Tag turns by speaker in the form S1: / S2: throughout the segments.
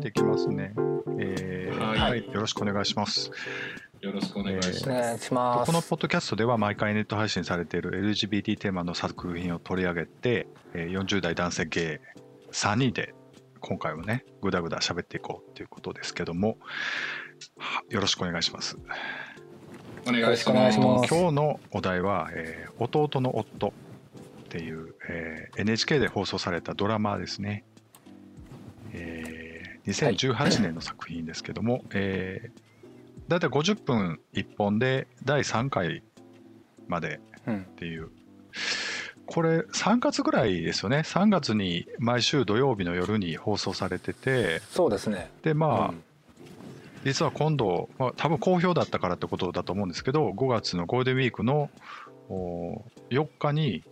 S1: いきますね。
S2: はい、
S1: よろしくお願いします。
S2: よろしくお願いし
S3: お願いします。
S1: このポッドキャストでは毎回ネット配信されている LGBT テーマの作品を取り上げて、40代男性ゲイ3人で今回はねぐだぐだ喋っていこうということですけども、よろしくお願いします。
S2: お願いします。
S1: 今日のお題は、弟の夫っていう、NHK で放送されたドラマですね。2018年の作品ですけども、だいたい50分1本で第3回までっていう、これ3月ぐらいですよね。3月に毎週土曜日の夜に放送されてて、
S3: そうですね。
S1: で実は今度、多分好評だったからってことだと思うんですけど、5月のゴールデンウィークの4日に、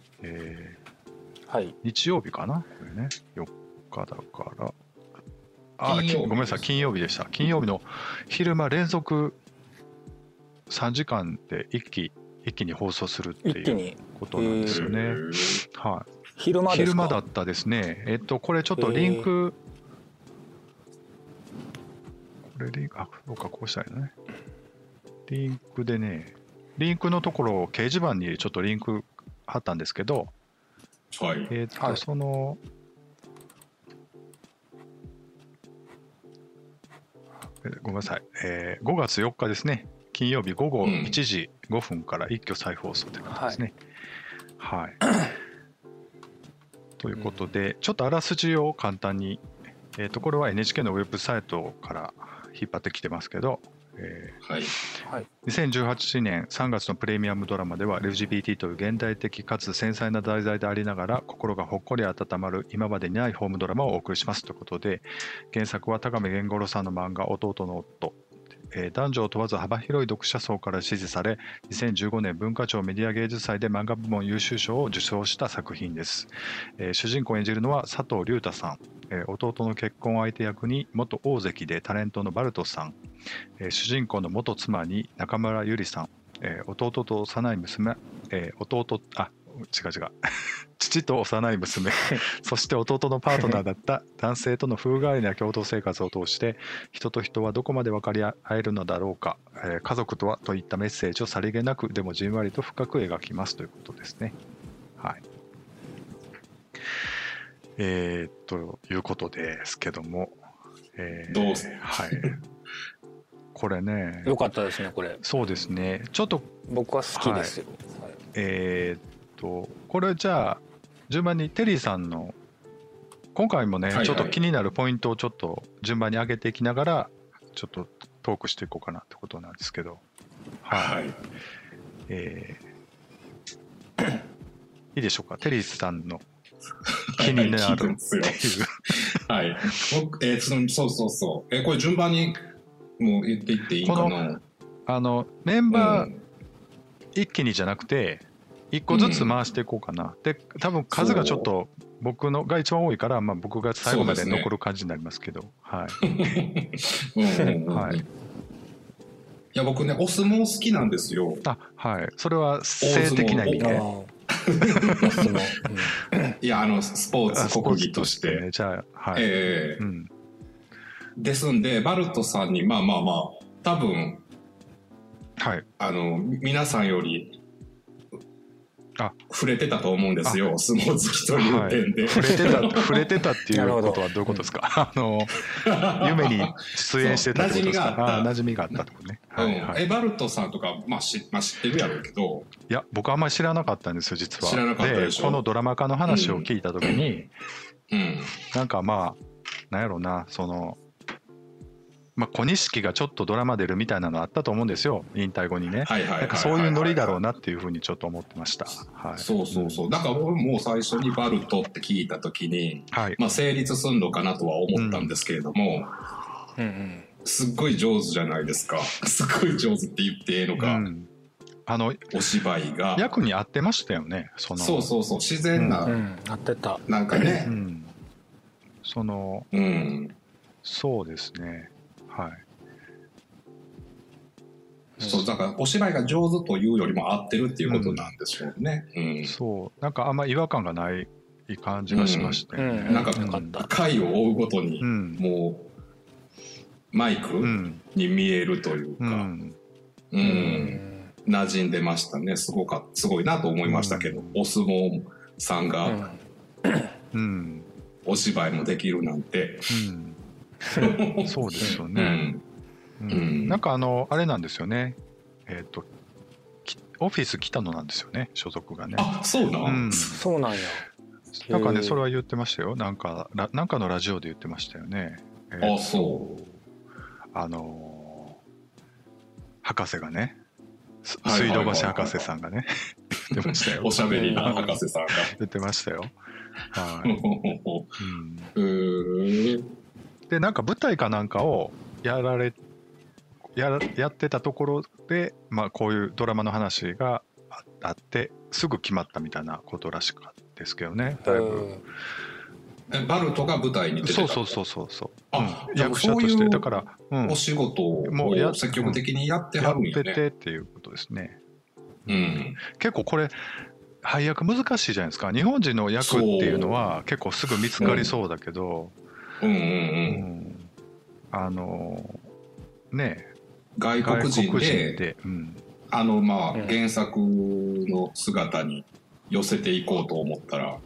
S1: 日曜日かな、これね、4日だからごめんなさい、金曜日でした。金曜日の昼間連続3時間で一気に放送するっていうことなんですよね。はい。
S3: 昼間ですか？
S1: 昼間だったですね。これちょっとリンク、そうか、こうしたいね。リンクでね、リンクのところを掲示板にちょっとリンク貼ったんですけど、
S2: はい。
S1: そのごめんなさい、5月4日ですね、金曜日午後1時5分から一挙再放送ということですね。はい。ということで、ちょっとあらすじを簡単に、これは NHK のウェブサイトから引っ張ってきてますけど、2018年3月のプレミアムドラマでは LGBT という現代的かつ繊細な題材でありながら心がほっこり温まる今までにないホームドラマをお送りしますということで、原作は高見源五郎さんの漫画弟の夫、男女を問わず幅広い読者層から支持され、2015年文化庁メディア芸術祭で漫画部門優秀賞を受賞した作品です。主人公を演じるのは佐藤隆太さん、弟の結婚相手役に元大関でタレントのバルトさん、主人公の元妻に中村ゆりさん、弟と幼い娘、父と幼い娘そして弟のパートナーだった男性との風変わりな共同生活を通して人と人はどこまで分かり合えるのだろうか、家族とはといったメッセージをさりげなくでもじんわりと深く描きますということですね。はい。ということですけども、
S2: どうせ
S1: はい。これね、
S3: よかったですね、これ。
S1: そうですね、ちょっと
S3: 僕は好きですよ。
S1: これじゃあ順番にテリーさんの今回もね、ちょっと気になるポイントをちょっと順番に上げていきながらちょっとトークしていこうかなってことなんですけど、はい、いいでしょうか、テリーさんの気になるっていう
S2: はい、そう、これ順番にもう言っていっていいかな。
S1: メンバー一気にじゃなくて一個ずつ回していこうかな。で、多分数がちょっと僕のが一番多いから、僕が最後まで残る感じになりますけど、はい。はい。い
S2: や、僕ね、お相撲好きなんですよ。
S1: はい。それは性的な意味で。
S2: いや、スポーツ国技として。
S1: じゃあ、はい。
S2: ですんで、バルトさんに、多分、
S1: はい。
S2: 皆さんより、触れてたと思うんですよ、相撲好きという点で。
S1: 触れてたっていうことはどういうことですか？夢に出演してたってことですか？馴染みがあったってことね。
S2: バルトさんとか、知ってるやろうけど。
S1: いや、僕あんまり知らなかったんですよ、実は。
S2: 知らなかったでしょ。
S1: このドラマ化の話を聞いたときに、なんかなんやろうな、小錦がちょっとドラマ出るみたいなのあったと思うんですよ、引退後にね。なんかそういうノリだろうなっていうふうにちょっと思ってました。はい、
S2: そう。だから僕も最初にバルトって聞いたときに、成立すんのかなとは思ったんですけれども、すっごい上手じゃないですか。すっごい上手って言っていいのか。お芝居が。
S1: 役に合ってましたよね。
S2: そう。自然な。
S3: 合ってた。
S2: なんかね。
S1: そうですね。はい。
S2: そう、だからお芝居が上手というよりも合ってるっていうことなんでしょうね。
S1: そう、なんかあんま違和感がないい感じがしましたよね。
S2: なんか回を追うごとにもうマイクに見えるというか、馴染んでましたね。すごいなと思いましたけど、お相撲さんが、お芝居もできるなんて、
S1: そうですよね。なんかあれなんですよね。オフィス北野なんですよね、所属がね。
S2: あ、そうなん。
S3: そうなんや。
S1: なんかね、それは言ってましたよ。なんかのラジオで言ってましたよね。
S2: あ、そう。
S1: 博士がね、水道橋博士さんがね、言ってましたよ。
S2: おしゃべりな博士さんが。
S1: 言ってましたよ。はい。で、なんか舞台かなんかをやってたところで、まあこういうドラマの話があって、すぐ決まったみたいなことらしかったですけどね、だいぶ。
S2: バルトが舞台に出てた。
S1: そう。
S2: 役者として、だから、お仕事を積極的にやってはるんやね。
S1: やっててっていうことですね。結構これ配役難しいじゃないですか。日本人の役っていうのは結構すぐ見つかりそうだけど、ね、
S2: 外国人でまあ原作の姿に寄せていこうと思ったら、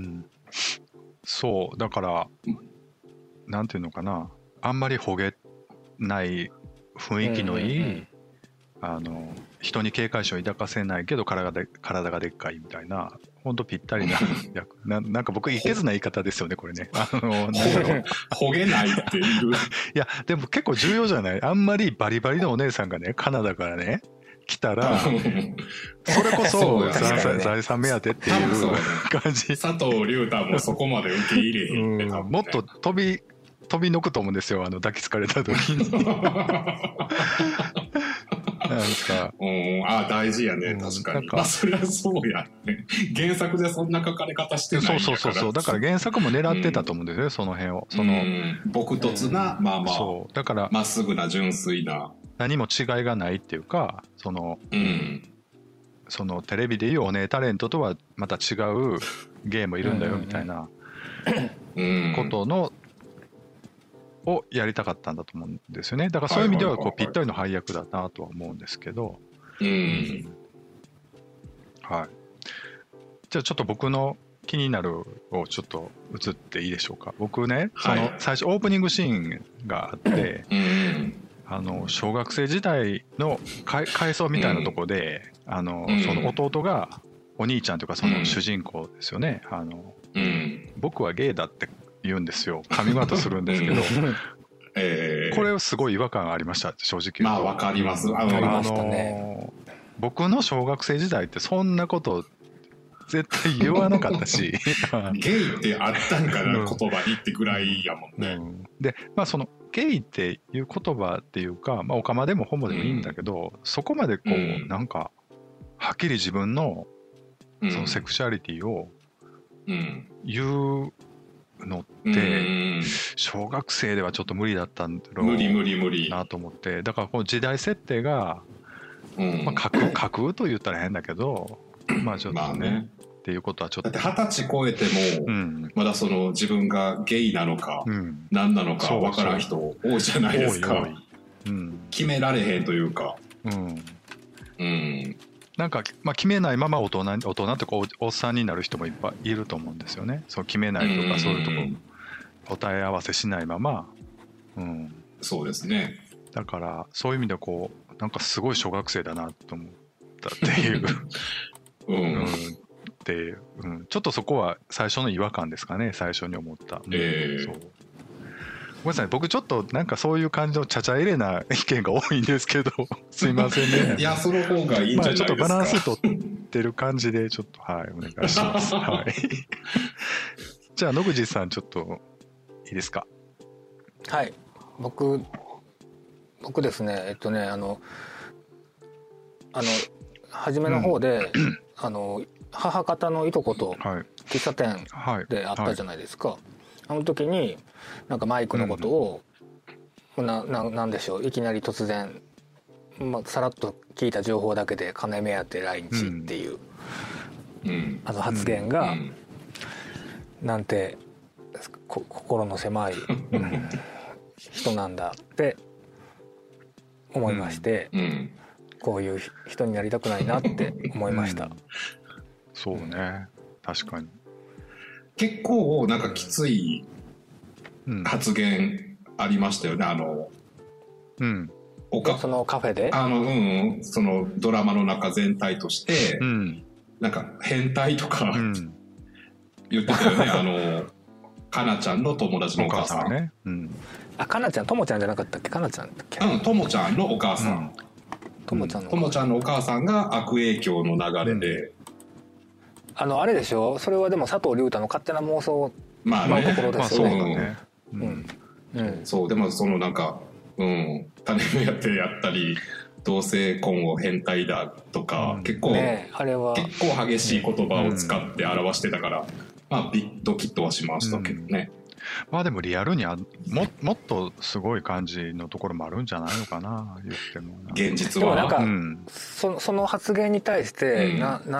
S1: そうだからなんていうのかな、あんまりほげない雰囲気のいい、人に警戒心を抱かせないけど体がでっかいみたいな、ほんとぴったりな役なんか僕いけずな言い方ですよねこれね。
S2: ほげないっていうい
S1: やでも結構重要じゃない。あんまりバリバリのお姉さんがねカナダからね来たらそれこそ財産目当てっていう感じ。
S2: 佐藤隆太もそこまで受け入れへんって、
S1: もっと飛び抜くと思うんですよ、抱きつかれた時に。なんか
S2: 大事やね、確かに。まあそれはそうやね。原作でそんな書かれ方してないんやから。
S1: そうだから原作も狙ってたと思うんですよね、その辺を。
S2: 朴突な、まあまあだからまっすぐな純粋な、
S1: 何も違いがないっていうか、そのテレビでいうお姉タレントとはまた違うゲイもいるんだよみたいなことのをやりたかったんだと思うんですよね。だからそういう意味ではこうぴったりの配役だなとは思うんですけど、はい。じゃあちょっと僕の気になるをちょっと移っていいでしょうか。僕ね、その最初オープニングシーンがあって、小学生時代の回想みたいなところで、その弟がお兄ちゃんというかその主人公ですよね。僕はゲイだって言うんですよ。カミングアウトするんですけど、これすごい違和感がありました、正直。
S2: まあわかります。
S1: 僕の小学生時代ってそんなこと絶対言わなかったし
S2: ゲイってあったんかな、言葉にってぐらいやもんね。
S1: でまあそのゲイっていう言葉っていうか、まあオカマでもホモでもいいんだけど、そこまでこうなんかはっきり自分のそのセクシャリティを言うのって小学生ではちょっと無理だったんだろうなと思って、だからこの時代設定がまあ架空と言ったら変だけど、まあちょっとねっていうことはちょっと、
S2: だって20歳超えてもまだその自分がゲイなのか何なのか分からん人多いじゃないですか。決められへんというか、
S1: なんか、まあ、決めないまま大人とかおっさんになる人もいっぱいいると思うんですよね。そう決めないとかそういうとこ答え合わせしないまま、
S2: そうですね。
S1: だからそういう意味ではこうなんかすごい小学生だなと思ったっていうで、ちょっとそこは最初の違和感ですかね、最初に思った。そうごめんなさい、僕ちょっとなんかそういう感じのちゃちゃ入れな意見が多いんですけどすいませんね。
S2: いや、その方がいいんじゃないですか。
S1: ちょっとバランス取ってる感じでちょっとお願いします。じゃあ野口さんちょっといいですか。
S3: はい、僕ですね、初めの方で、母方のいとこと喫茶店で会ったじゃないですか。あの時になんかマイクのことを、なんでしょう、いきなり突然、さらっと聞いた情報だけで金目当て来日っていう、発言が、 なんて心の狭い人なんだって思いまして、こういう人になりたくないなって思いました。
S1: そうね、確かに
S2: 結構なんかきつい発言ありましたよね、
S3: そのカフェで
S2: そのドラマの中全体として、なんか変態とか、言ってたよねかなちゃんの友達のお母さんね、
S3: かなちゃんともちゃんじゃなかったっけ、かなちゃんだっけ、
S2: ともちゃんのお母さん、ともちゃんのお母さんが悪影響の流れで、
S3: あれでしょ、それはでも佐藤隆太の勝手な妄想のところですよね。
S2: そうでもそのなんか種目やってやったり同性婚を変態だとか、結構激しい言葉を使って表してたから、ドキッとはしましたけどね。
S1: でもリアルにもっとすごい感じのところもあるんじゃないのかな、言っても
S2: 現実は。
S3: でもなんか、その発言に対して、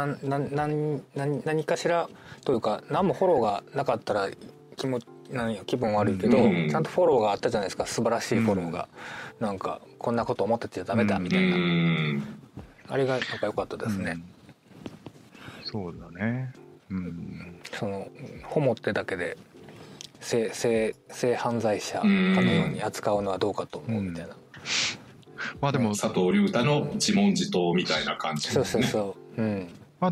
S3: 何かしらというか、何もフォローがなかったら気分悪いけど、ちゃんとフォローがあったじゃないですか、素晴らしいフォローが、なんかこんなこと思ってちゃダメだみたいな、あれがなんか良かったですね。
S1: そうだね。
S3: そのホモってだけで性犯罪者かのように扱うのはどうかと思うみたいな。
S1: でも
S2: 佐藤隆太の自問自答みたいな感じですね。
S3: そう。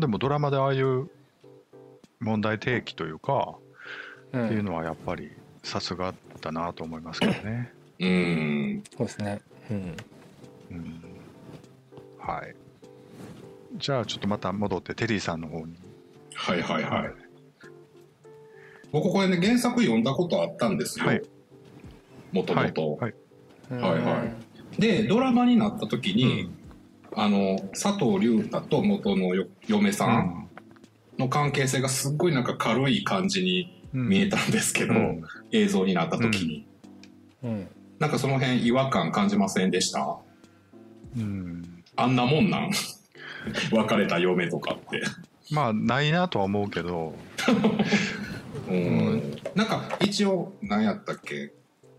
S1: でもドラマでああいう問題提起というか、っていうのはやっぱりさすがだなと思いますけどね。
S3: そうですね。
S1: はい。じゃあちょっとまた戻ってテリーさんの方に。
S2: 僕これね原作読んだことあったんですよ。もともと。でドラマになった時に、佐藤隆太と元の嫁さんの関係性がすっごいなんか軽い感じに見えたんですけど、映像になった時に、なんかその辺違和感感じませんでした？あんなもんなん別れた嫁とかって
S1: ないなとは思うけど
S2: なんか一応何やったっけ、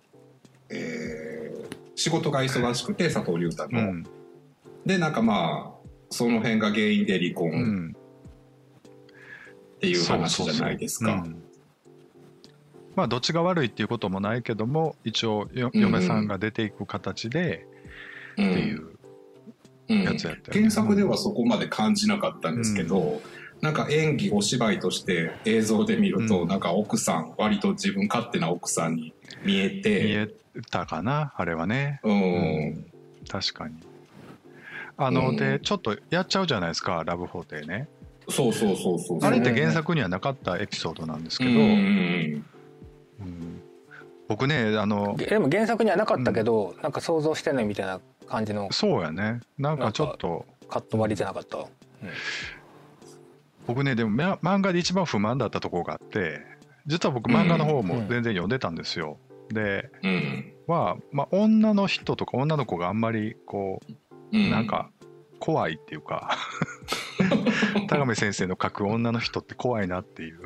S2: 仕事が忙しくて佐藤隆太の、でなんかその辺が原因で離婚っていう話じゃないですか。
S1: どっちが悪いっていうこともないけども、一応嫁さんが出ていく形でっていうやつやったよね。
S2: 原作ではそこまで感じなかったんですけど、なんか演技お芝居として映像で見ると、なんか奥さん割と自分勝手な奥さんに見え
S1: たかな、あれはね。確かにでちょっとやっちゃうじゃないですか、ラブホテイね。
S2: そう
S1: あれって原作にはなかったエピソードなんですけど、僕ね
S3: でも原作にはなかったけど、なんか想像してないみたいな感じの。
S1: そうやね、なんかちょっと
S3: カット割りじゃなかった。
S1: 僕ねでも漫画で一番不満だったところがあって、実は僕漫画の方も全然読んでたんですよ。で女の人とか女の子があんまりこうなんか怖いっていうか田亀先生の描く女の人って怖いなっていう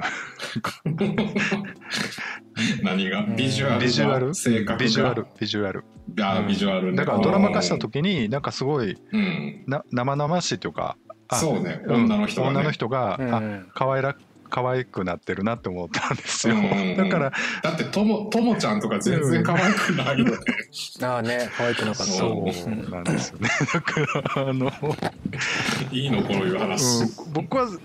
S2: 何がビジュアル性格が
S1: ビジュアル
S2: ビジュアルね。
S1: だからドラマ化した時になんかすごい生々しいっていうか、
S2: そうね、女の人が
S1: 可愛くなってるなって思ったんですよ。だから
S2: だってともちゃんとか全然可愛くないよね。
S3: 可愛くなかった。
S1: そうなんですよね。だから
S2: いいのこういう話。
S1: 僕は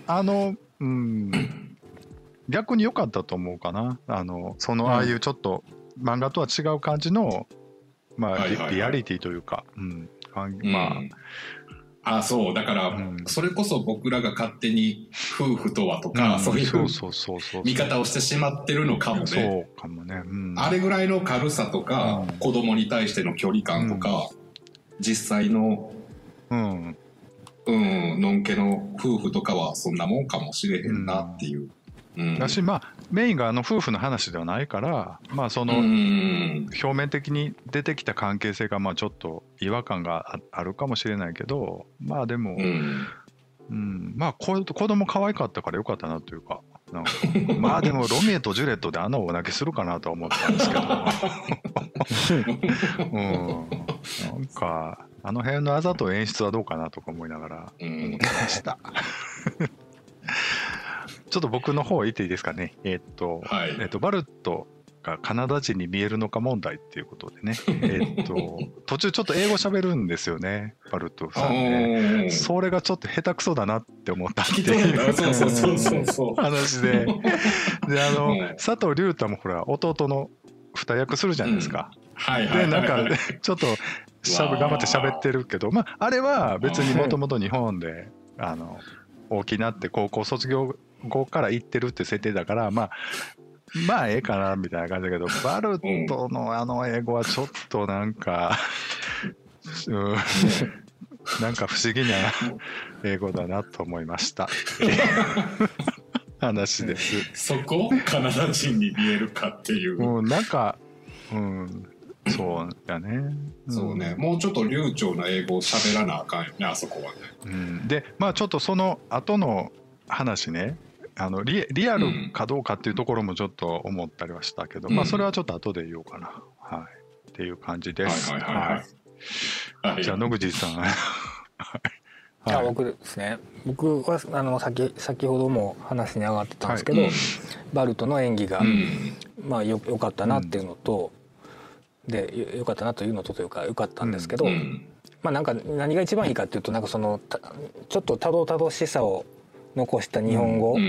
S1: 逆に良かったと思うかな。ああいうちょっと漫画とは違う感じのリアリティというか、
S2: そうだから、それこそ僕らが勝手に夫婦とはとか、そういう見方をしてしまってるのかもね。
S1: そうかもね。
S2: あれぐらいの軽さとか、子供に対しての距離感とか、実際ののんけの夫婦とかはそんなもんかもしれへんなっていう。
S1: だしメインが夫婦の話ではないからその表面的に出てきた関係性がちょっと違和感があるかもしれないけどでも子供可愛かったからよかったなというかまあでもロミエとジュレットであのお泣きするかなとは思ったんですけどなんかあの辺のあざと演出はどうかなとか思いながら思ってましたちょっと僕の方言っていいですかね。バルトがカナダ人に見えるのか問題っていうことでね途中ちょっと英語喋るんですよね、バルトさんね。それがちょっと下手くそだなって思ったっていう話で佐藤隆太もほら弟の二役するじゃないですか。でなんかちょっと頑張って喋ってるけど、まああれは別にもともと日本で大きなって高校卒業後から行ってるって設定だから、まあええかなみたいな感じだけど、バルトの英語はちょっとなんかなんか不思議な英語だなと思いました話です。
S2: そこカナダ人に見えるかっていう、
S1: なんかそうやね、
S2: そうね、もうちょっと流暢な英語を喋らなあかんよね、あそこはね。
S1: でまあちょっとその後の話ね、リアルかどうかっていうところもちょっと思ったりはしたけど、まあそれはちょっと後で言おうかな、っていう感じです。じゃあ野口さん
S3: 僕ですね。僕は先ほども話に上がってたんですけど、バルトの演技がまあ良かったなっていうのと、で良かったなというのとというか良かったんですけど、まあなんか何が一番いいかっていうと、なんかそのちょっとたどたどしさを残した日本語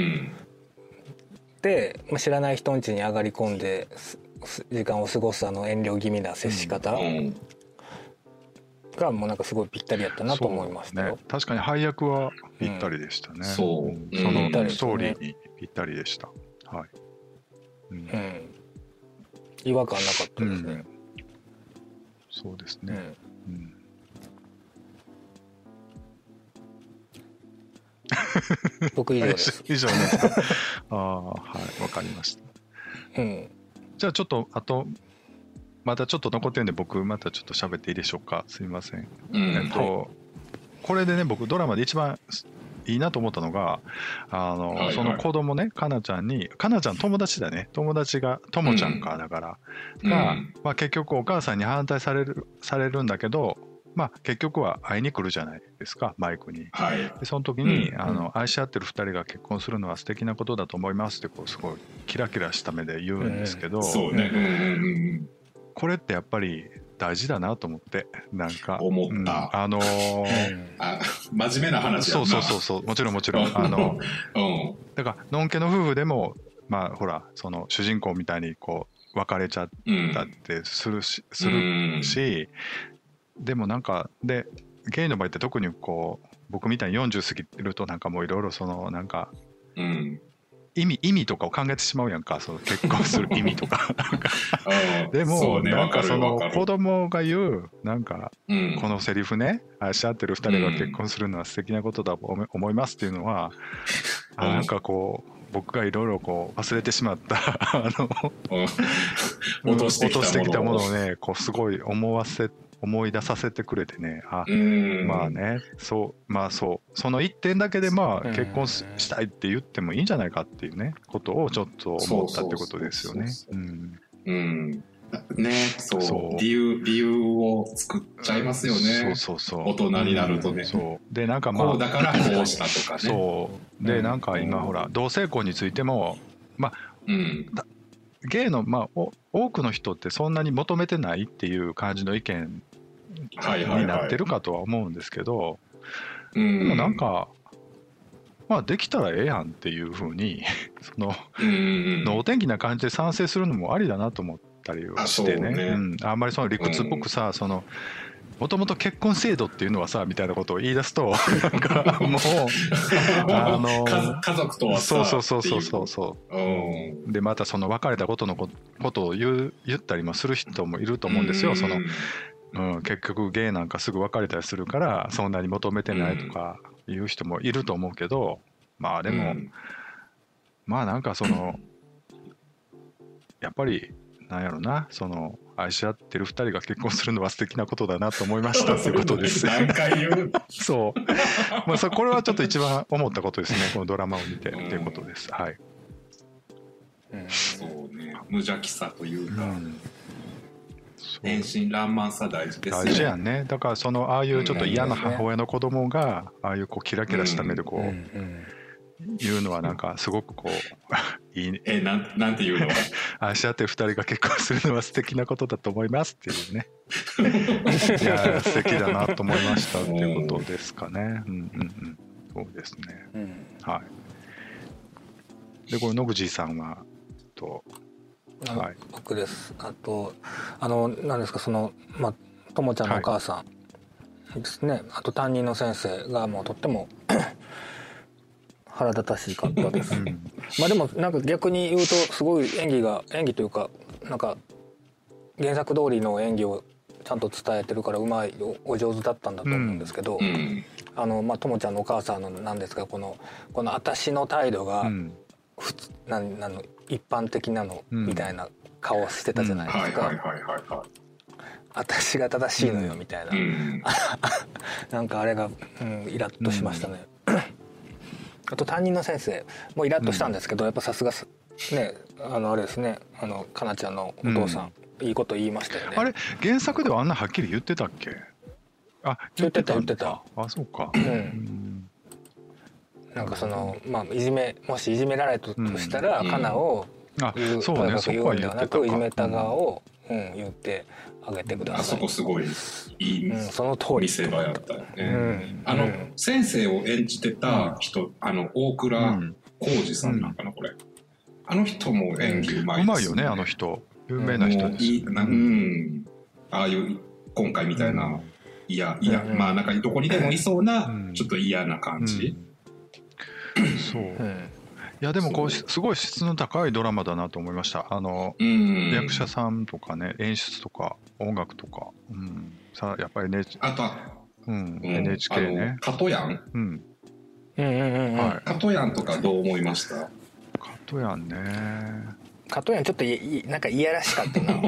S3: で、知らない人ん家に上がり込んで時間を過ごす遠慮気味な接し方がもうなんかすごいぴったりやったなと思いましたよ。
S1: 確かに配役はぴったりでしたね。そのストーリーにぴったりでした。
S3: 違和感なかったですね。
S1: そうですね。
S3: 僕以上です。
S1: 以上ね。はい、わかりました。じゃあちょっとまたちょっと残ってるんで、僕またちょっと喋っていいでしょうか。すみません。これでね、僕ドラマで一番いいなと思ったのが、その子供ね、かなちゃん友達だね、友達がともちゃんかだからが、まあ結局お母さんに反対されるんだけど、まあ結局は会いに来るじゃないですか、マイクに。でその時に愛し合ってる2人が結婚するのは素敵なことだと思いますってこうすごいキラキラした目で言うんですけど、これってやっぱり大事だなと思って、なんか
S2: 思った、真面目な話やな。
S1: そうもちろんだからのんけの夫婦でもまあほらその主人公みたいにこう別れちゃったってするし、でもなんかでゲイの場合って特にこう僕みたいに40過ぎるとなんかもういろいろそのなんか、意味とかを考えてしまうやんか、その結婚する意味とかでもなんかその子供が言うなんかこのセリフね、愛し合ってる2人が結婚するのは素敵なことだと思いますっていうのは、なんかこう僕がいろいろこう忘れてしまった落としてきたものをね、こうすごい思い出させてくれてね、まあね、その一点だけでまあ結婚したいって言ってもいいんじゃないかっていうねことをちょっと思ったってことですよね。
S2: 理由を作っちゃいますよね。大人になるとね。
S1: でなんかまあ
S2: こうだからこうしたとかね。
S1: でなんか今ほら同性婚についてもまあゲイのまあ多くの人ってそんなに求めてないっていう感じの意見になってるかとは思うんですけど、でもなんかまあできたらええやんっていう風にその能天気な感じで賛成するのもありだなと思ったりはしてね。あんまりその理屈っぽくさ、そのもともと結婚制度っていうのはさみたいなことを言い出すとなんかもう
S2: 家族とはさ
S1: でまたその別れたことを言ったりもする人もいると思うんですよ。その結局ゲイなんかすぐ別れたりするからそんなに求めてないとかいう人もいると思うけど、まあでもまあなんかそのやっぱりなんやろな、その愛し合ってる2人が結婚するのは素敵なことだなと思いましたということです。
S2: 何回言う
S1: そう、まあこれはちょっと一番思ったことですね、このドラマを見てっていうことです。はい。
S2: そうね、無邪気さというか、天真爛漫さ大事ですよね。
S1: 大事やんね。だからああいうちょっと嫌な母親の子供がああいうこうキラキラした目でこう言うのはなんかすごくこういいね。
S2: なんて言うの？
S1: 愛し合って2人が結婚するのは素敵なことだと思いますっていうね。いや素敵だなと思いましたっていうことですかね。そうですね。はい。でこれ野口さんは
S3: はい、僕です。あと何ですかともちゃんのお母さんですね、あと担任の先生がもうとっても腹立たしかったです。まあでもなんか逆に言うとすごい演技というかなんか原作通りの演技をちゃんと伝えてるからお上手だったんだと思うんですけど、ともちゃんのお母さんなんですがこの私の態度が一般的なのみたいな顔してたじゃないですか。私が正しいのよみたいな、なんかあれが、イラッとしましたね。あと担任の先生もイラッとしたんですけど、やっぱさすがねあれですねかなちゃんのお父さん、いいこと言いましたよね。
S1: あれ原作ではあんなはっきり言ってたっけ？
S3: 言ってた。
S1: あ、そうか。
S3: なんかもしいじめられたとしたら、かなを言うんではなくいじめた側を、言ってあげてください。
S2: あそこすごいいい
S3: その通り
S2: 見せ場やったよね。先生を演じてた人、大倉浩二さんなんかな、これ。あの人も演技うまいですね。
S1: うまいよね、あの人。有名な人です。
S2: ああいう今回みたいな、まあなんかどこにでもいそうな、ちょっと嫌な感じ。
S1: そう。いやでもすごい質の高いドラマだなと思いました。役者さんとかね、演出とか音楽とか、やっぱりね、
S2: あとは、
S1: NHK ね。
S2: カトヤン、カトヤンとかどう思いました？
S1: カトヤンね。
S3: カトヤンちょっとなんかいやらしかったな。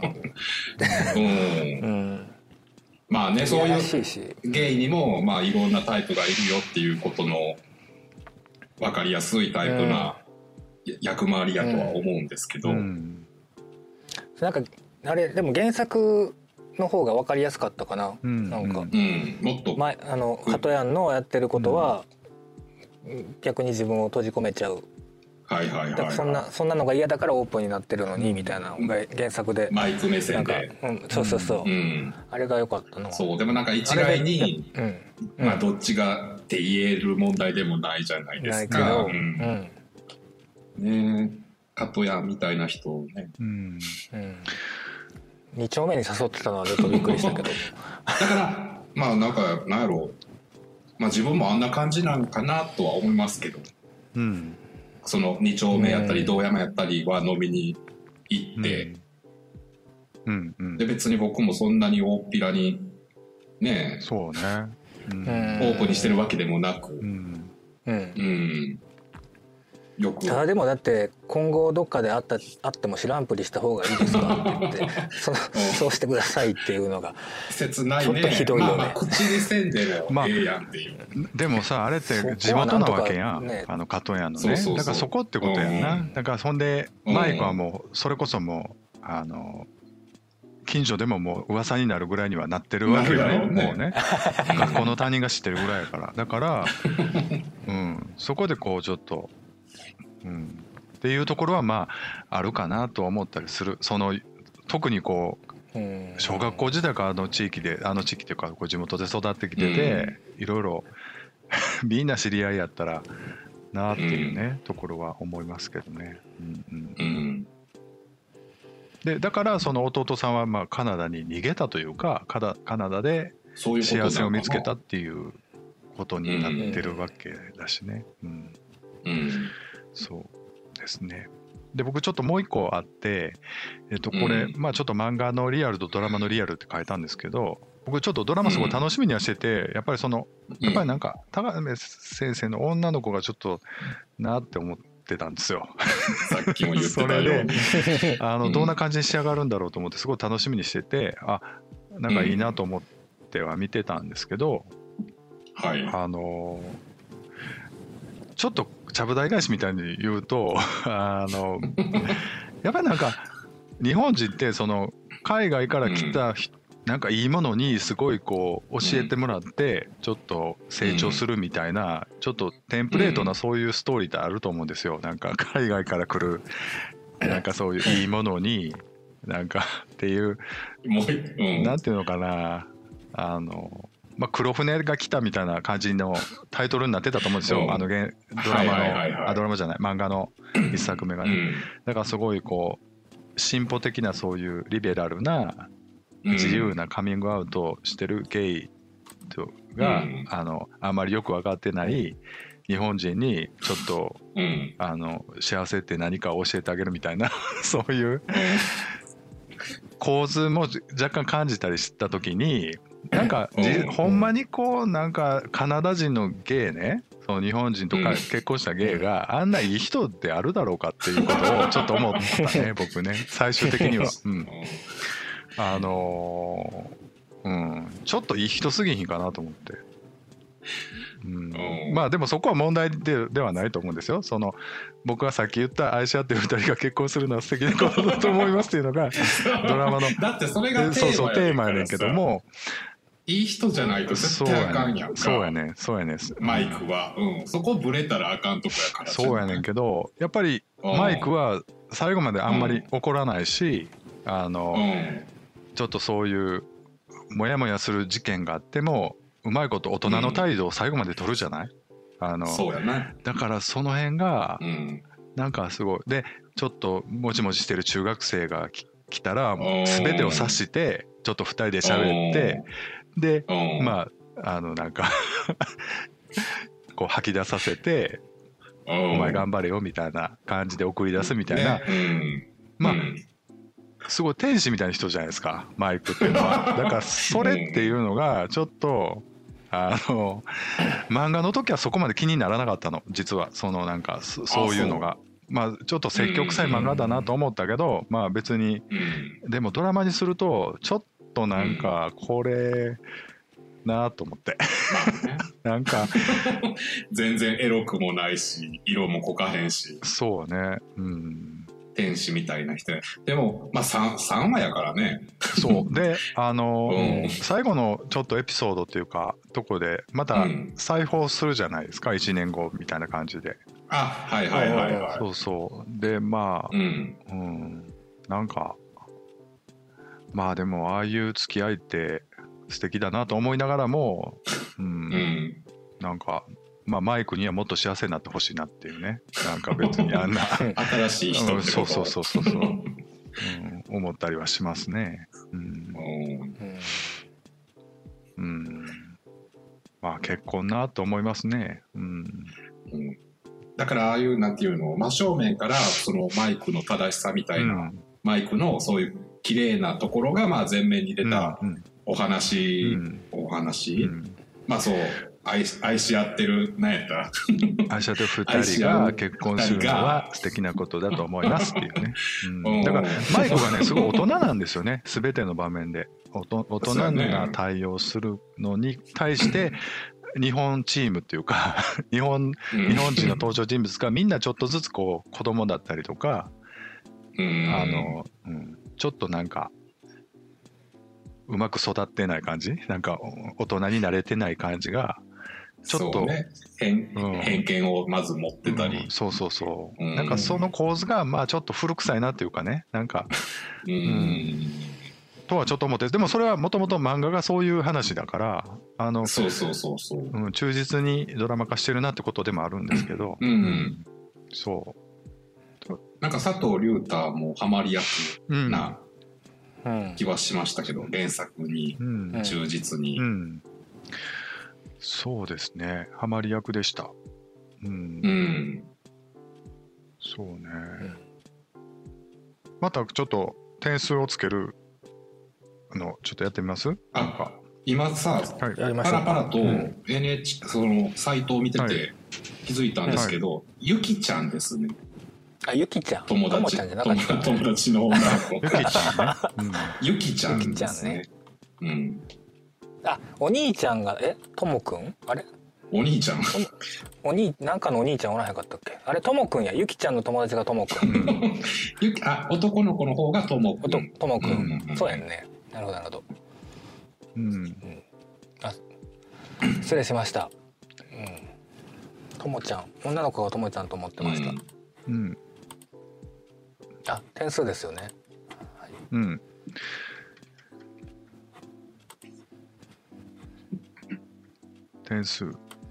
S2: まあね、そういうゲイにもまあいろんなタイプがいるよっていうことの分かりやすいタイプな役回りやとは思うんですけど、
S3: なんかあれでも原作の方が分かりやすかったかな。なんか
S2: もっと
S3: カトヤンのやってることは逆に自分を閉じ込めちゃう。だからそんなのが嫌だからオープンになってるのにみたいなのが原作で
S2: マイク目線で、
S3: そう、あれが良かったな。
S2: そうでもなんか一概にまあどっちがって言える問題でもないじゃないですか。ね、カトヤンみたいな人をね、
S3: 2丁目に誘ってたのはちょっとびっくりしたけど
S2: だからまあなんやろう、まあ自分もあんな感じなんかなとは思いますけど、その2丁目やったり堂山やったりは飲みに行って、で別に僕もそんなに大っぴらにね、
S1: そうね、
S2: オープンにしてるわけでもなく、よく。
S3: ただでもだって今後どっかで会っても知らんぷりした方がいいですかって言ってそうしてくださいっていうのが
S2: 切ないね。
S3: ちょっとひどいよね。
S2: 口にせんでもええやんっていう。
S1: でもさ、あれって地元なわけやん、カトヤンのね。だからそこってことやんな。だからそんでマイクはもうそれこそもう近所でももう噂になるぐらいにはなってるわけよね。もうね、学校の担任が知ってるぐらいやから。だからそこでこうちょっとっていうところはまああるかなと思ったりする。特にこう小学校時代からあの地域っていうか地元で育ってきてて、いろいろみんな知り合いやったらなっていうね、ところは思いますけどね。でだからその弟さんはまあカナダに逃げたというか、カナダで幸せを見つけたっていうことになってるわけだしね。そうですね。で僕ちょっともう一個あって、これまあちょっと漫画のリアルとドラマのリアルって書いたんですけど、僕ちょっとドラマすごい楽しみにはしてて、やっぱりなんか高見先生の女の子がちょっとなって思ってたんですよ。
S2: さっきも言ってたよ。それ
S1: でどんな感じに仕上がるんだろうと思ってすごい楽しみにしてて、なんかいいなと思っては見てたんですけど、ちょっとちゃぶ台返しみたいに言うとやっぱりなんか日本人ってその海外から来たなんかいいものにすごいこう教えてもらってちょっと成長するみたいなちょっとテンプレートなそういうストーリーってあると思うんですよ。なんか海外から来るなんかそういういいものになんかっていうなんていうのかなまあ、黒船が来たみたいな感じのタイトルになってたと思うんですよ。ドラマじゃない漫画の一作目がね。だからすごいこう進歩的なそういうリベラルな自由なカミングアウトしてるゲイがあまりよく分かってない日本人にちょっと幸せって何かを教えてあげるみたいなそういう構図も若干感じたりした時になんかほんまにこうなんかカナダ人のゲイねその日本人とか結婚したゲイがあんないい人であるだろうかっていうことをちょっと思ったね僕ね最終的には。ちょっといい人すぎひんかなと思って。まあでもそこは問題ではないと思うんですよ。その僕がさっき言った愛し合ってる2人が結婚するのは素敵なことだと思いますっていうのがドラマの
S2: だってそれがテーマ
S1: やねんけども
S2: いい人じゃないと絶対あかんやんか。
S1: そうやね
S2: マイクは、そこブレたらあかんとこやから。
S1: そうやねんけどやっぱりマイクは最後まであんまり怒らないしちょっとそういうモヤモヤする事件があってもうまいこと大人の態度を最後まで取るじゃない、
S2: そうやね。
S1: だからその辺がなんかすごいでちょっともちもちしてる中学生が来たら全てを察してちょっと2人で喋ってでまあなんかこう吐き出させてお前頑張れよみたいな感じで送り出すみたいな、まあすごい天使みたいな人じゃないですかマイクっていうのは。だからそれっていうのがちょっと漫画の時はそこまで気にならなかったの実は。そのなんかそういうのがまあちょっと積極臭い漫画だなと思ったけどまあ別にでもドラマにするとちょっとなんかこれなあと思ってなんか
S2: 全然エロくもないし色も濃かへんし
S1: そうね
S2: 天使みたいな人でもまあ 3話やからね。
S1: そうで最後のちょっとエピソードっていうかとこでまた再放するじゃないですか1年後みたいな感じで。
S2: はい
S1: そうそうでまあなんかまあでもああいう付き合いって素敵だなと思いながらもなんかまあマイクにはもっと幸せになってほしいなっていうねなんか別にあんな
S2: 新しい人ってこと
S1: そう思ったりはしますね。まあ結婚なと思いますね。
S2: だからああいうなんていうの真正面からそのマイクの正しさみたいな、マイクのそういう綺麗なところがまあ前面に出たお話、まあそう愛し合ってる何やった
S1: 愛し合ってる2人が結婚するのは素敵なことだと思いますっていうね、だからマイクがねすごい大人なんですよね全ての場面で大人な対応するのに対して日本チームっていうか日本人の登場人物がみんなちょっとずつこう子供だったりとかちょっとなんかうまく育ってない感じなんか大人に慣れてない感じがちょっと、
S2: ね偏見をまず持ってたり、
S1: なんかその構図がまあちょっと古臭いなっていうかねなんかとはちょっと思って、でもそれはもともと漫画がそういう話だから忠実にドラマ化してるなってことでもあるんですけど、そう
S2: なんか佐藤隆太もハマり役な気はしましたけど、原作に忠実に、
S1: そうですねハマり役でした。そうね、またちょっと点数をつけるちょっとやってみます？なんか
S2: 今さ、パラパラと NHK そのサイトを見てて気づいたんですけど、ゆきちゃんですね。
S3: ゆきちゃん。
S2: 友達の女の子。
S1: ゆきちゃんね。
S2: ゆきちゃんですね。
S3: お兄ちゃんがともくんあれ？
S2: お兄ちゃん
S3: なんかのお兄ちゃんおらへんかったっけ？あれともくんや。ゆきちゃんの友達がともくん。
S2: 男の子の方がともくん。
S3: ともくん。そうやんね。なるほどなるほど。あ、失礼しました。ともちゃん、女の子がともちゃんと思ってました。あ、点数ですよね。はい、
S1: 点数。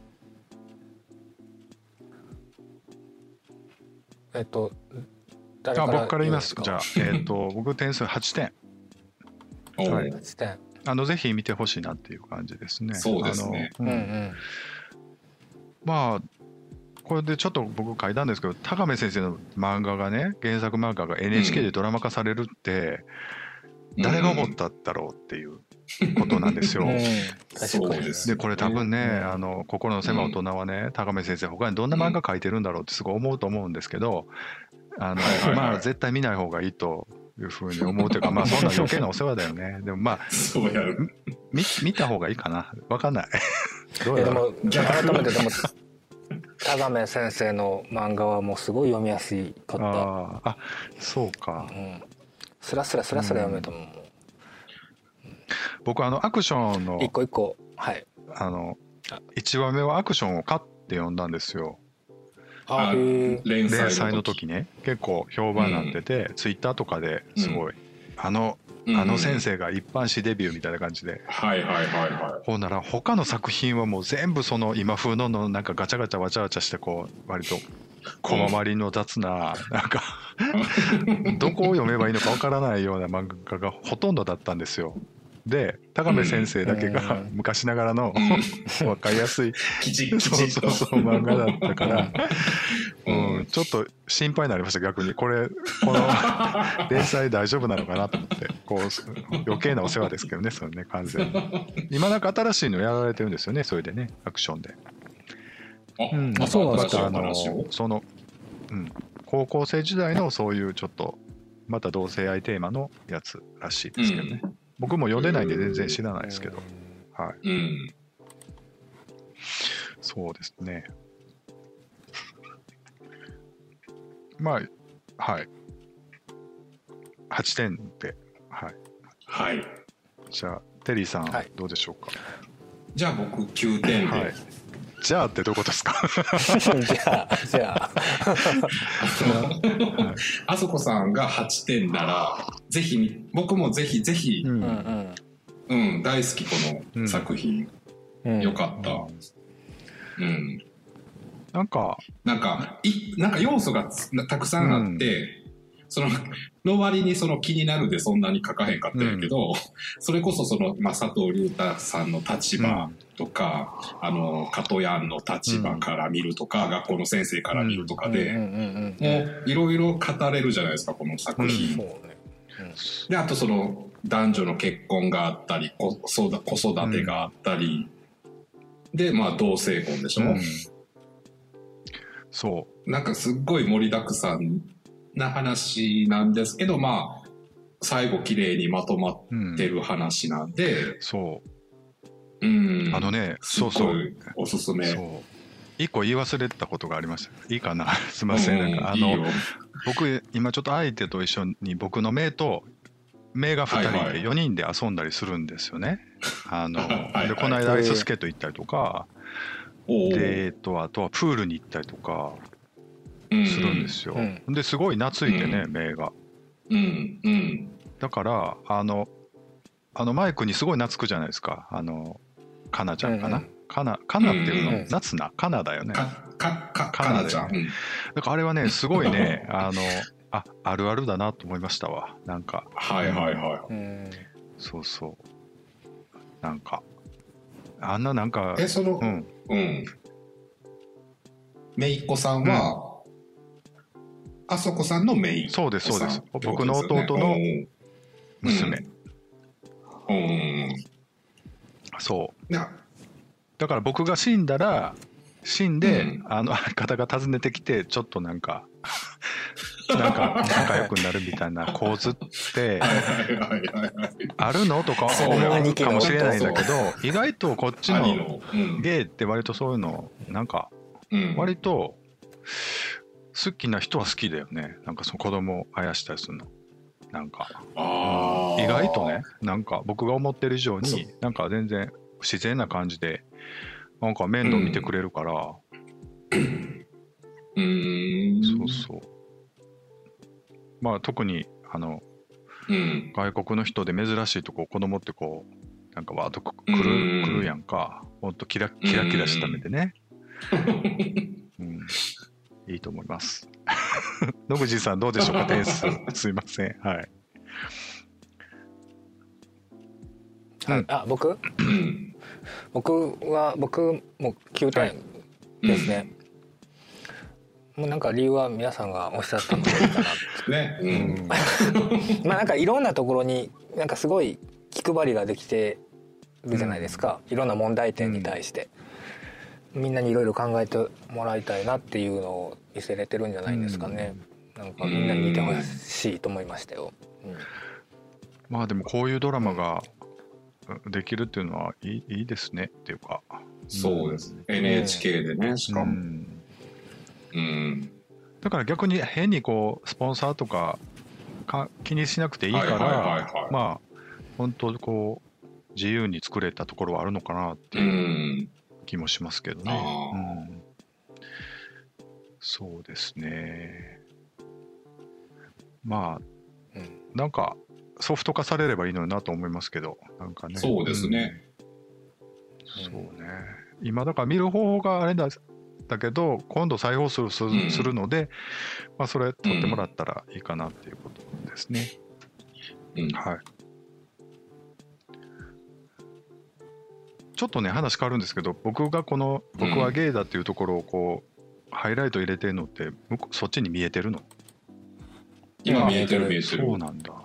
S3: 誰から
S1: 僕から言います。じゃあ、僕点数8点。
S3: はい、8点。
S1: ぜひ見てほしいなっていう感じですね。
S2: そうですね。
S1: まあこれでちょっと僕書いたんですけど、高目先生の漫画がね、原作漫画が NHK でドラマ化されるって、誰が思っただろうっていうことなんですよ。
S2: そうですね。
S1: でこれ多分ね、心の狭い大人はね、高目先生他にどんな漫画書いてるんだろうってすごい思うと思うんですけど、まあ絶対見ない方がいいというふうに思うというか、まあそんな余計なお世話だよね。でもまあ
S2: そうやる。
S1: 見た方がいいかな。わかんない。
S3: どうやろう。でも改めてでも高目先生の漫画はもうすごい読みやすいかった。
S1: あ、そうか。
S3: スラスラ読めたもん。
S1: 僕アクションの
S3: 一個はい。
S1: 1話目はアクションを買って読んだんですよ。連載の時ね、結構評判になってて、ツイッターとかですごい、あの先生が一般誌デビューみたいな感じで、ほんなら他の作品はもう全部その今風のなんかガチャガチャわちゃわちゃしてこう割と小回りの雑ななんかどこを読めばいいのかわからないような漫画がほとんどだったんですよ。で高目先生だけが昔ながらの分かりやすいそう漫画だったからちょっと心配になりました。逆にこの連載大丈夫なのかなと思ってこう余計なお世話ですけどね、それね完全に今なんか新しいのやられてるんですよね、それでねアクションで。
S3: そうなんですか。
S1: その高校生時代のそういうちょっとまた同性愛テーマのやつらしいですけどね。僕も読んでないんで全然知らないですけど、はい。そうですね。まあはい8点で、
S2: はい。
S1: じゃあテリーさん、どうでしょうか。
S2: じゃあ僕9点で。
S1: じゃあってどういうことですか。
S3: じゃあ
S2: あそこさんが8点ならぜひ僕もぜひ大好きこの作品、よかった。
S1: なんか
S2: 要素がたくさんあって、その割にその気になるでそんなに書かへんかったんやけど、それこそ佐藤隆太さんの立場とか、加藤ヤンの立場から見るとか、学校の先生から見るとかで、もういろいろ語れるじゃないですか、この作品。で、あとその男女の結婚があったり、子育てがあったり、で、同性婚でしょ。
S1: そう。
S2: なんかすっごい盛りだくさんな話なんですけど、最後綺麗にまとまってる話なんで、
S1: そう。
S2: すっごいおすすめ。
S1: 一個言い忘れたことがありました。いいかな。すみません。僕今ちょっと相手と一緒に僕の姪と姪が2人で4人で遊んだりするんですよね。でこの間アイススケート行ったりとか、であとはプールに行ったりとかするんですよ。ですごい懐いてね、姪が。だからマイクにすごい懐くじゃないですか。かなちゃんかな。かなっていうの夏なかなだよね。
S2: かなちゃん。
S1: だからあれはねすごいねあるあるだなと思いましたわ。なんかそうなんかなんか
S2: めいっ子さんはあそこさんのめいっ子さん。
S1: そうですそうです。僕の弟の娘。そうだから僕が死んで、方が訪ねてきてちょっとなんかなんか仲良くなるみたいな構図ってあるのとか思うかもしれないんだけど、意外とこっちのゲイって割とそういうのなんか割と好きな人は好きだよね。なんかその子供をあやしたりするのなんか意外とね、なんか僕が思ってる以上になんか全然自然な感じでなんか面倒見てくれるから、そうそう。まあ特に外国の人で珍しいとこ子供ってこうなんかわーっと来るやんか。ほんとキラキラした目でね。いいと思います。野口さんどうでしょうか、点数。すいません。はい。
S3: 僕も9点ですね。もうなんか理由は皆さんがおっしゃったのでいいかなね。まあなんかいろんなところになんかすごい気配りができてるじゃないですか。いろんな問題点に対して。みんなにいろいろ考えてもらいたいなっていうのを見せれてるんじゃないですかね。なんかみんなに見てほしいと思いましたよ。
S1: まあでもこういうドラマができるっていうのはいいですねっていうか。
S2: そうですね。NHK でね、しかも。
S1: だから逆に変にこうスポンサーとか気にしなくていいからまあ本当こう自由に作れたところはあるのかなっていう気もしますけどね。そうですね。まあなんかソフト化されればいいのになと思いますけど、なんかね。
S2: そうですね。
S1: そうね。今だから見る方法があれだけど今度再放送するので、まあそれ撮ってもらったらいいかなっていうことですね。はい。ちょっとね話変わるんですけど、僕がこの「僕はゲイだ」っていうところをこうハイライト入れてるのってそっちに見えてるの？
S2: 今見えてる。
S1: そうなんだ。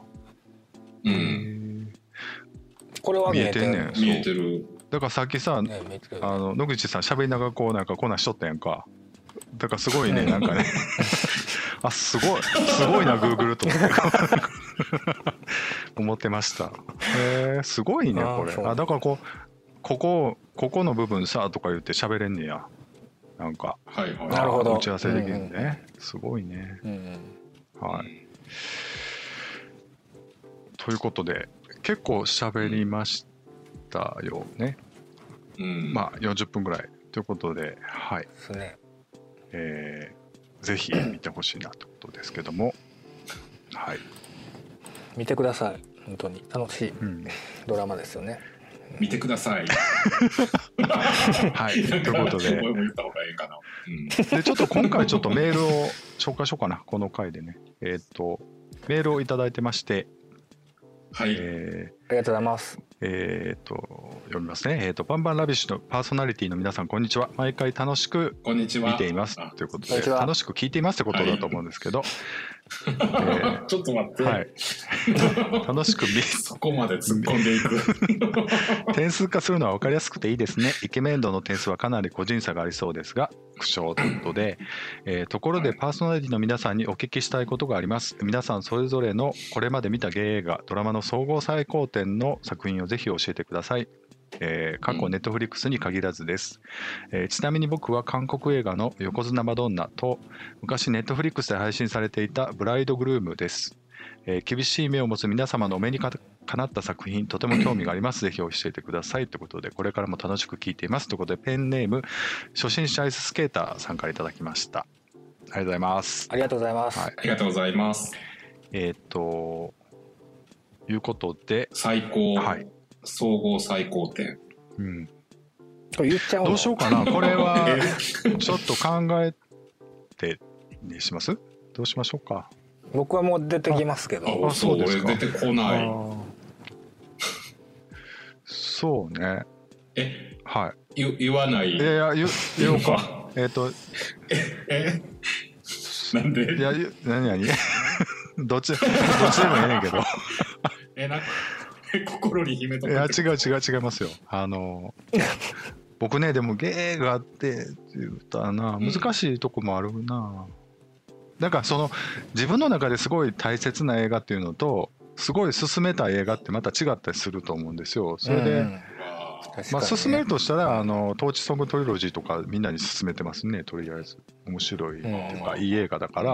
S3: これは見えてるね。
S2: 見えてる。
S1: だからさっきさ、野口さん喋りながらこうなんかこんなんしとったやんか。だからすごいねなんかねあすごいな Google と思って思ってました。すごいねこれ。だからここの部分さとか言って喋れんねや。なんか
S3: なるほど。
S1: 打ち合わせできるね。すごいね。はい。ということで結構喋りましたよね。まあ40分ぐらいということで、はい。
S3: ですね。
S1: ぜひ見てほしいなということですけども、はい。
S3: 見てください。本当に楽しいドラマですよね。
S2: 見てください。
S1: はい。ということで、でちょっと今回ちょっとメールを紹介しようかな、この回でね。メールをいただいてまして、
S2: はい。
S3: ありがとうございます。
S1: 読みますね。バンバンラビッシュのパーソナリティの皆さん、こんにちは。毎回楽しく見ていますということで、楽しく聞いていますってことだと思うんですけど、
S2: ちょっと待って、はい、
S1: 楽しく
S2: そこまで突っ込んでいく
S1: 点数化するのは分かりやすくていいですね。イケメン度の点数はかなり個人差がありそうですが、苦笑ということで、ところでパーソナリティの皆さんにお聞きしたいことがあります。皆さんそれぞれのこれまで見たゲイ映画、ドラマの総合最高点の作品をぜひ教えてください。過去ネットフリックスに限らずです。ちなみに僕は韓国映画の横綱マドンナと昔ネットフリックスで配信されていたブライドグルームです。厳しい目を持つ皆様のお目にかなった作品、とても興味があります。ぜひ教えてくださいということで、これからも楽しく聞いていますということで、ペンネーム初心者アイススケーターさんからいただきました。ありがとうございます。
S3: ありがとうございます。
S2: はい、ありがとうございます。
S1: いうことで
S2: 最高、はい、総合最高点。
S3: 言っちゃうの？
S1: どうしようかな。これはちょっと考えてにします？どうしましょうか。
S3: 僕はもう出てきますけど。
S2: そうですか。出てこない。
S1: そうね。はい。
S2: 言わない。
S1: 言おうか。
S2: なんで？
S1: いや何どっちでもいいねんけど。
S2: 心に秘めとく。
S1: いや違いますよ。僕ねでも芸があってって言ったらな、難しいとこもあるな。 なんかその自分の中ですごい大切な映画っていうのとすごい勧めた映画ってまた違ったりすると思うんですよ。それで、まあ勧めるとしたらトーチソングトリロジーとかみんなに勧めてますね。とりあえず面白いっていうかいい映画だから。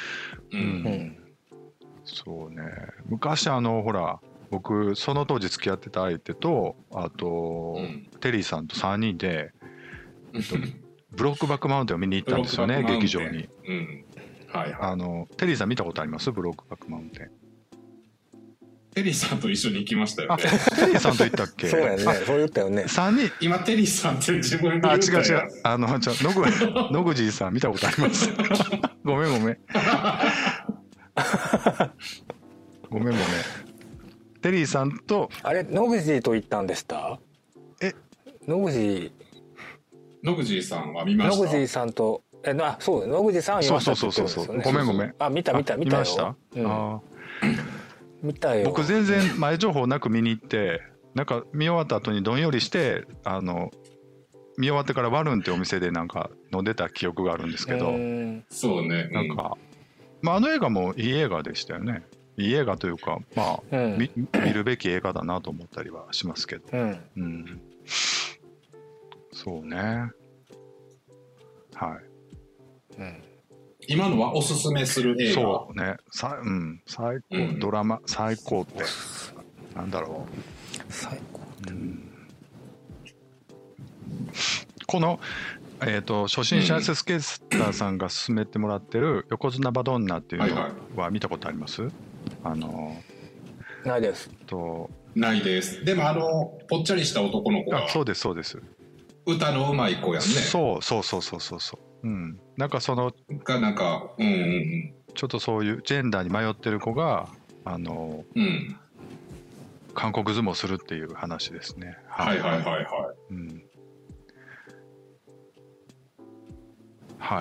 S1: そうね。昔ほら僕その当時付き合ってた相手とあと、テリーさんと3人でブロックバックマウンテンを見に行ったんですよね、劇場に。はいはい。テリーさん見たことあります？ブロックバックマウンテン。
S2: テリーさんと一緒に行きましたよね。
S1: テリーさんと行ったっけ？
S3: そうやね。そう言ったよね。
S2: 3人。今テリーさんって自分で言ったやん。
S1: 違う。野口さん見たことあります。ごめん。ごめん。テリーさんと。
S3: あれ、野口と行ったんでした？野口
S2: さんは見ました？
S3: 野口さんと、そう、野口さんは見ましたって言ってるんですよね。
S1: ごめん。
S3: 見たよ。
S1: 見ました？
S3: 見たよ。
S1: 僕全然前情報なく見に行ってなんか見終わった後にどんよりして見終わってからワルンってお店でなんか飲んでた記憶があるんですけど、
S2: そうね、
S1: なんか、まあ映画もいい映画でしたよね。いい映画というかまあ、見るべき映画だなと思ったりはしますけど、そうね、はい、
S2: 今のはおすすめする映画。
S1: そうね、最高、ドラマ最高ってなんだろう、
S3: 最高って、
S1: この初心者アセスケーターさんが勧めてもらってる横綱バドンナっていうのは見たことあります？
S3: ないです。
S2: ないです。でもぽっちゃりした男の子が。
S1: そうです
S2: 歌のうまい子やんね。
S1: そう、なんかその
S2: なんか
S1: ちょっとそういうジェンダーに迷ってる子が韓国相撲するっていう話ですね。はい。はい。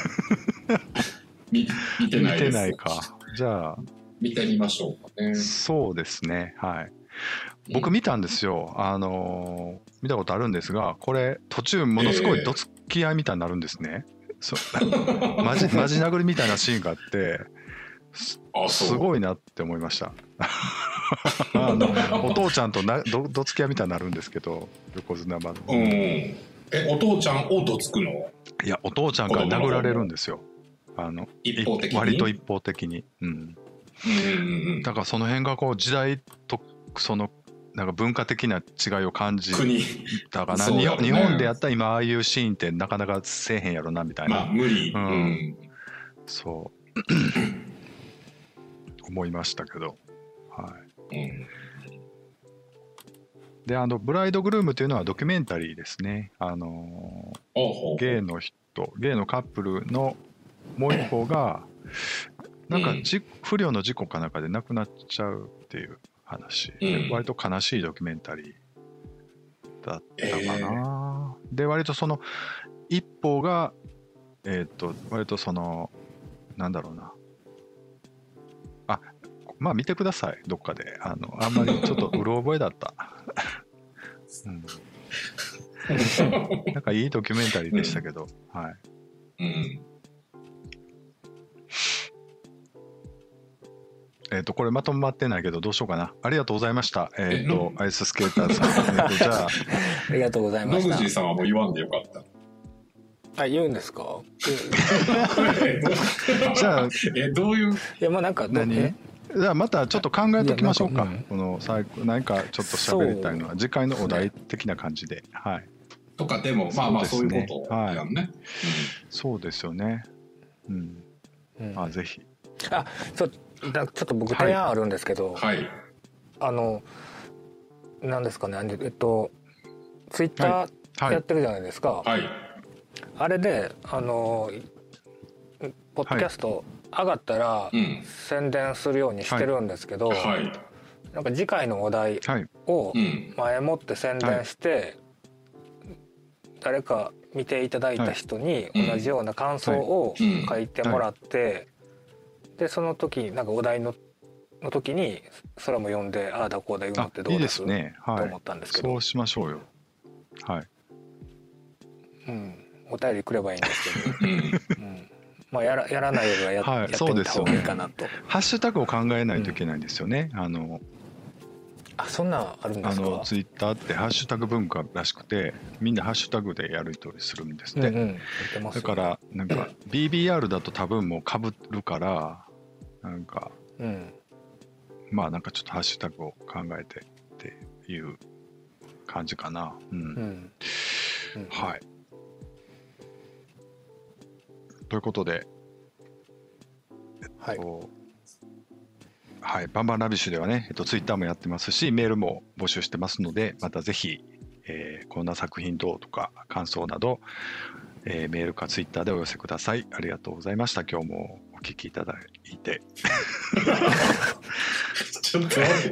S2: 見てないです。
S1: 見てないか。じゃあ
S2: 見てみましょうかね。
S1: そうですね。はい。僕見たんですよ。見たことあるんですが、これ途中ものすごいどつき合いみたいになるんですね。マジ殴りみたいなシーンがあって、すごいなって思いました。お父ちゃんとどつき合いみたいになるんですけど、横綱版。
S2: お父ちゃんをどつくの？
S1: いや、お父ちゃんが殴られるんですよ。
S2: 一方的に？
S1: 割と一方的に。だからその辺がこう時代とそのなんか文化的な違いを感じたかな。日本でやったら今ああいうシーンってなかなかせえへんやろなみたいな。
S2: まあ無理。
S1: そう思いましたけど、はい。でブライドグルームというのはドキュメンタリーですね。ゲイのカップルのもう一方がなんか不慮の事故かなんかで亡くなっちゃうっていう話、割と悲しいドキュメンタリーだったかな。で割とその一方が割とそのなんだろうな、まあ見てくださいどっかで。あんまりちょっとうろ覚えだった。なんかいいドキュメンタリーでしたけど、はい。これまとまってないけどどうしようかな。ありがとうございました。アイススケーターさん。じゃあ
S3: ありがとうございました。
S2: 野口さんはもう言わんでよかった。
S3: 言うんですか？
S1: じゃあ
S2: どういう？
S3: いやまあなんか
S1: じゃあまたちょっと考えておきましょうか。この何かちょっと喋りたいのは次回のお題的な感じで、はい。
S2: とかでもまあそういうことやんね。
S1: そうですよね。ぜひ。
S3: ちょっと僕提案あるんですけど、なんですかね、ツイッターやってるじゃないですか。あれでポッドキャスト上がったら宣伝するようにしてるんですけど、なんか次回のお題を前もって宣伝して、誰か見ていただいた人に同じような感想を書いてもらって、でその時なんかお題の時にそれも読んでああだこうだ言うのってどうです
S1: いいですね、
S3: と思ったんですけど。
S1: そうしましょうよ。はい。
S3: お便りくればいいんですけど、 まあ、やらないよりはやってみた方がいいかなと、ね、
S1: ハッシュタグを考えないといけないんですよね、
S3: そんなんあるんですか。
S1: ツイッターってハッシュタグ文化らしくて、みんなハッシュタグでやり取りするんですって、だからなんか BBR だと多分もうかぶるからなんか、まあなんかちょっとハッシュタグを考えてっていう感じかな。はい。ということで、はい、バンバンラビッシュではね、ツイッターもやってますし、メールも募集してますので、またぜひ、こんな作品どうとか感想など、メールかツイッターでお寄せください。ありがとうございました。今日もお聞きいただいて。
S2: ちょっと待って。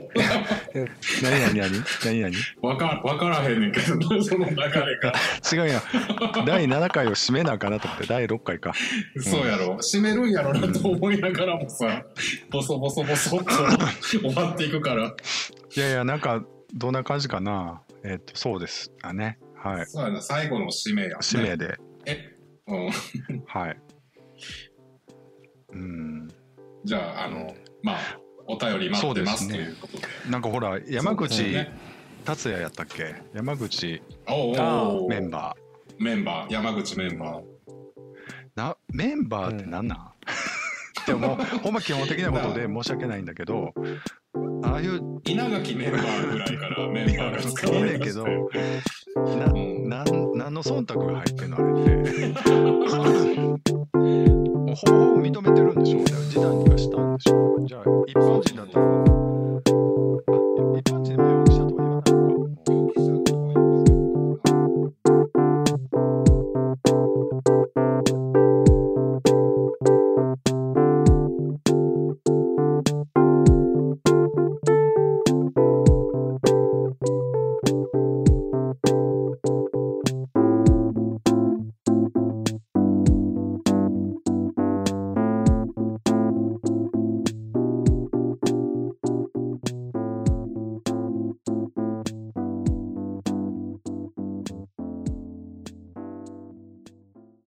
S1: 何
S2: わからへんねんけど、その流れが。
S1: 違うやん。第7回を締めなあかなと思って、第6回か。
S2: そうやろ。締めるんやろなと思いながらもさ、ボソボソっと終わっていくから。
S1: いや、なんか、どんな感じかな。そうですね。はい。
S2: そうやな、最後の締めやね。
S1: 締めで。はい。
S2: じゃあ、まあ、お便り待ってますということで。
S1: なんかほら、山口達也やったっけ？山口メンバ
S2: ー。山口メンバ
S1: ー。メンバーって何なん？でも、ほんま基本的なことで申し訳ないんだけど、ああいう。
S2: 稲垣メンバーぐらいからメンバーが使われてるけど、
S1: 何の忖度が入ってんのあれって。ほぼ認めてるんでしょ？時代にはしたんでしょ？じゃあ一般人だったら